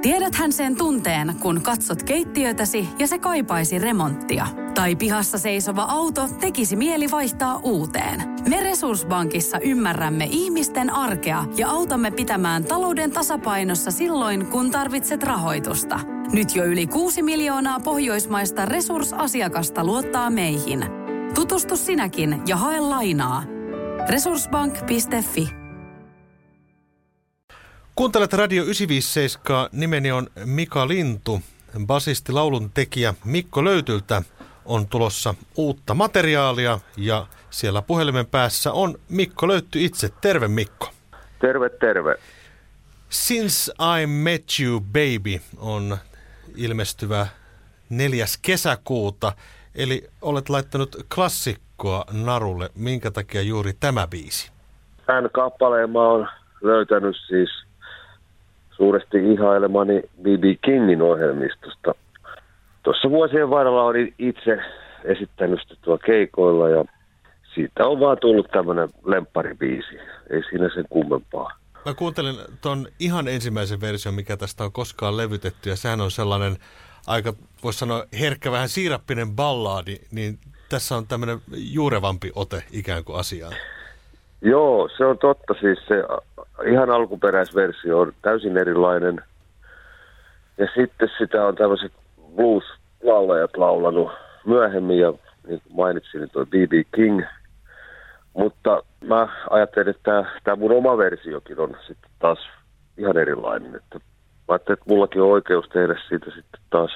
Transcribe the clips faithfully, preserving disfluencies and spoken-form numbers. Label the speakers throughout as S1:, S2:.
S1: Tiedäthän sen tunteen, kun katsot keittiötäsi ja se kaipaisi remonttia. Tai pihassa seisova auto tekisi mieli vaihtaa uuteen. Me Resurssbankissa ymmärrämme ihmisten arkea ja autamme pitämään talouden tasapainossa silloin, kun tarvitset rahoitusta. Nyt jo yli kuusi miljoonaa pohjoismaista resursasiakasta luottaa meihin. Tutustu sinäkin ja hae lainaa. resurssbank piste fi.
S2: Kuuntelet Radio yhdeksänsataaviisikymmentäseitsemän. Nimeni on Mika Lintu. Basisti laulun tekijä Mikko Löytyltä on tulossa uutta materiaalia ja siellä puhelimen päässä on Mikko Löytty itse. Terve Mikko.
S3: Terve, terve.
S2: Since I Met You Baby on ilmestyvä neljäs kesäkuuta. Eli olet laittanut klassikkoa narulle. Minkä takia juuri tämä biisi?
S3: Tämän kappaleen mä oon löytänyt siis suuresti ihailemani B B Kingin ohjelmistosta. Tuossa vuosien varrella olin itse esittänyt sitä tuolla keikoilla ja siitä on vaan tullut tämmöinen lempparibiisi. Ei siinä sen kummempaa.
S2: Mä kuuntelin ton ihan ensimmäisen version, mikä tästä on koskaan levytetty, ja sehän on sellainen aika, voisi sanoa, herkkä, vähän siirappinen ballaadi, niin tässä on tämmöinen juurevampi ote ikään kuin asiaan.
S3: Joo, se on totta. Siis se ihan alkuperäisversio on täysin erilainen. Ja sitten sitä on tämmöiset blues-laulajat laulanut myöhemmin, ja niin kuin mainitsin, niin tuo B B King. Mutta mä ajattelin, että tämä, tämä mun oma versiokin on sitten taas ihan erilainen. Että mä ajattelin, että mullakin on oikeus tehdä siitä sitten taas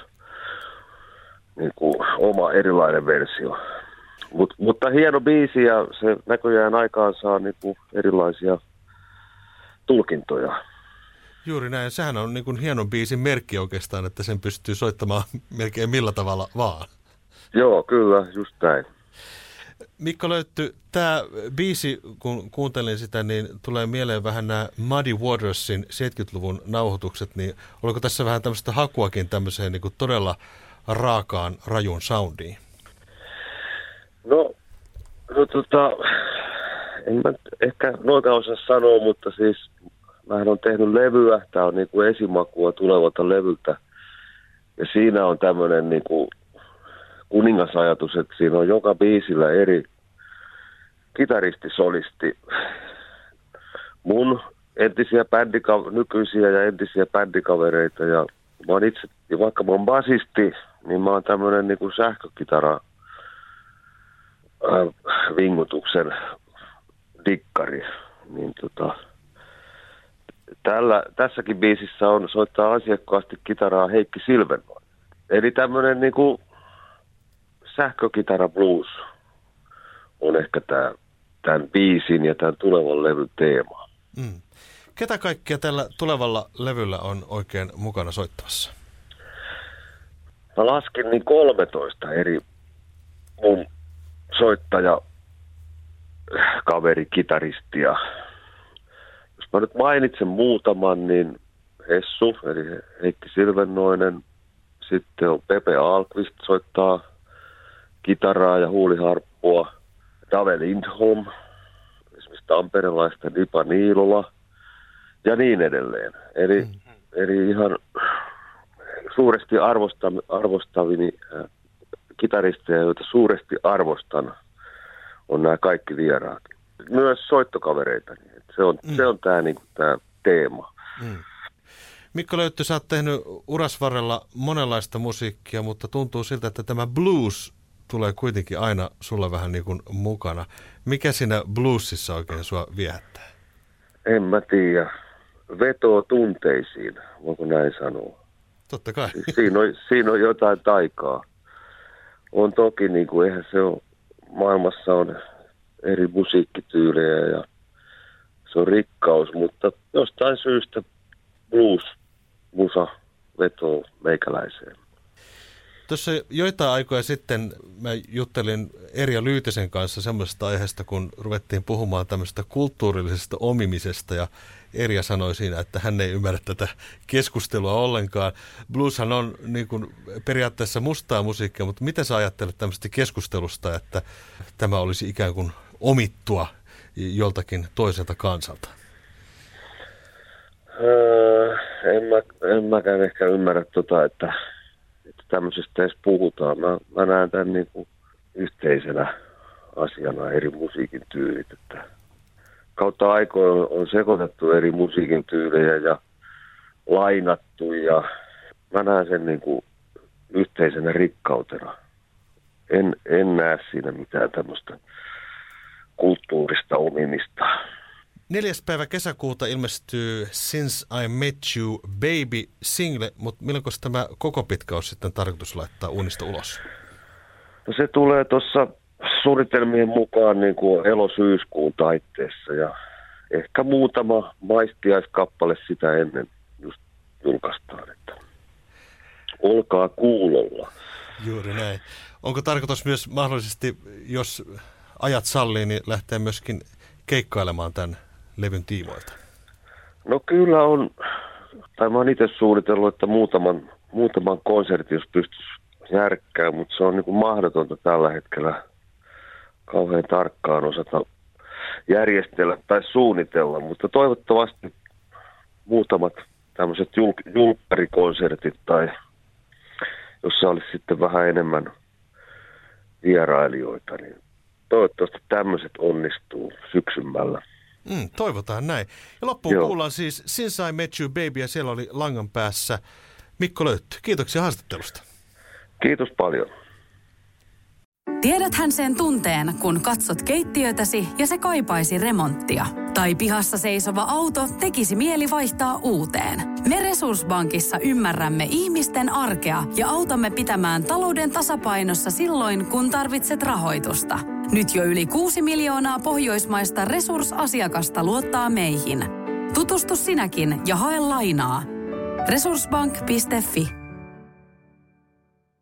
S3: niin kuin oma erilainen versio. Mut, mutta hieno biisi ja se näköjään aikaan saa niin kuin erilaisia tulkintoja.
S2: Juuri näin. Sehän on niin kuin hienon biisin merkki oikeastaan, että sen pystyy soittamaan melkein millä tavalla vaan.
S3: Joo, kyllä, just näin.
S2: Mikko Löytty, tämä biisi, kun kuuntelin sitä, niin tulee mieleen vähän nämä Muddy Watersin seitsemänkymmentäluvun nauhoitukset, niin oliko tässä vähän tämmöistä hakuakin tämmöiseen niin kuin todella raakaan, rajun soundiin?
S3: No, no tota, en mä ehkä noita osaa sanoa, mutta siis mähän on tehnyt levyä, tämä on niin kuin esimakua tulevalta levyltä, ja siinä on tämmöinen niin kuin kuningasajatus, että siinä on joka biisillä eri kitaristi-solisti. Mun entisiä bändika- nykyisiä ja entisiä bändikavereita, ja mä oon itse, ja vaikka mä oon basisti, niin mä oon tämmönen niinku sähkökitara äh, vingutuksen dikkari. Niin tota, tällä, tässäkin biisissä on soittaa asiakkaasti kitaraa Heikki Silvennoinen. Eli tämmönen niinku sähkökitara blues on ehkä tää, tämän biisin ja tämän tulevan levyn teema.
S2: Mm. Ketä kaikkia tällä tulevalla levyllä on oikein mukana soittamassa?
S3: Mä laskin niin kolmetoista eri mun soittaja, kaveri, kitaristia. Jos mä nyt mainitsen muutaman, niin Hessu, eli Heikki Silvennoinen. Sitten on Pepe Ahlqvist soittaa kitaraa ja huuliharppua. Dave Lindholm, esimerkiksi tamperelaista Nipa Niilola ja niin edelleen. Eli, mm-hmm. eli ihan suuresti arvostavini, arvostavini äh, kitaristeja, joita suuresti arvostan, on nämä kaikki vieraat. Myös soittokavereita. Se on, mm. se on tämä niinku, tää teema.
S2: Mm. Mikko Löytty, sä oot tehnyt urasvarrella monenlaista musiikkia, mutta tuntuu siltä, että tämä blues tulee kuitenkin aina sulla vähän niin kuin mukana. Mikä siinä bluesissa oikein sua viehättää?
S3: En mä tiedä. Vetoo tunteisiin, voiko näin sanoa?
S2: Totta kai.
S3: Siinä on, siinä on jotain taikaa. On toki, niin kuin, eihän se ole, maailmassa on eri musiikkityylejä ja se on rikkaus, mutta jostain syystä blues, musa vetoo meikäläiseen.
S2: Tuossa joitain aikoja sitten mä juttelin Erja Lyytisen kanssa semmoisesta aiheesta, kun ruvettiin puhumaan tämmöisestä kulttuurillisesta omimisesta, ja Erja sanoi siinä, että hän ei ymmärrä tätä keskustelua ollenkaan. Blueshan on niin kuin periaatteessa mustaa musiikkia, mutta mitä sä ajattelet tämmöisestä keskustelusta, että tämä olisi ikään kuin omittua joltakin toiselta kansalta?
S3: Öö, en, mä, en mäkään ehkä ymmärrä tota, että, että tämmöisestä edes puhutaan. Mä, mä näen tämän niin kuin yhteisenä asiana eri musiikin tyylit. Että kautta aikoina on sekoitettu eri musiikin tyylejä ja lainattu ja mä näen sen niin kuin yhteisenä rikkautena. En, en näe siinä mitään tämmöistä kulttuurista omimista.
S2: Neljäs päivä kesäkuuta ilmestyy Since I Met You Baby-single, mutta milloin tämä koko pitkä on sitten tarkoitus laittaa uunista ulos?
S3: No se tulee tuossa suunnitelmien mukaan niin kuin elo-syyskuun taitteessa ja ehkä muutama maistiaiskappale sitä ennen just julkaistaan, että olkaa kuulolla.
S2: Juuri näin. Onko tarkoitus myös mahdollisesti, jos ajat sallii, niin lähteä myöskin keikkailemaan tämän levyn tiimoilta?
S3: No kyllä on, tai mä oon itse suunnitellut, että muutaman, muutaman konsertin, jos pystyisi järkkään, mutta se on niin kuin mahdotonta tällä hetkellä kauhean tarkkaan osata järjestellä tai suunnitella, mutta toivottavasti muutamat tämmöiset jul- julpparikonsertit tai jossa olisi sitten vähän enemmän vierailijoita, niin toivottavasti tämmöiset onnistuu syksymällä.
S2: Mm, toivotaan näin. Ja loppuun Joo. kuullaan siis Since I Met You Baby ja siellä oli langan päässä Mikko Löyttö. Kiitoksia haastattelusta.
S3: Kiitos paljon.
S1: Tiedäthän sen tunteen, kun katsot keittiötäsi ja se kaipaisi remonttia. Tai pihassa seisova auto tekisi mieli vaihtaa uuteen. Me Resurssbankissa ymmärrämme ihmisten arkea ja autamme pitämään talouden tasapainossa silloin, kun tarvitset rahoitusta. Nyt jo yli kuusi miljoonaa pohjoismaista resursasiakasta luottaa meihin. Tutustu sinäkin ja hae lainaa. resurssbank piste fi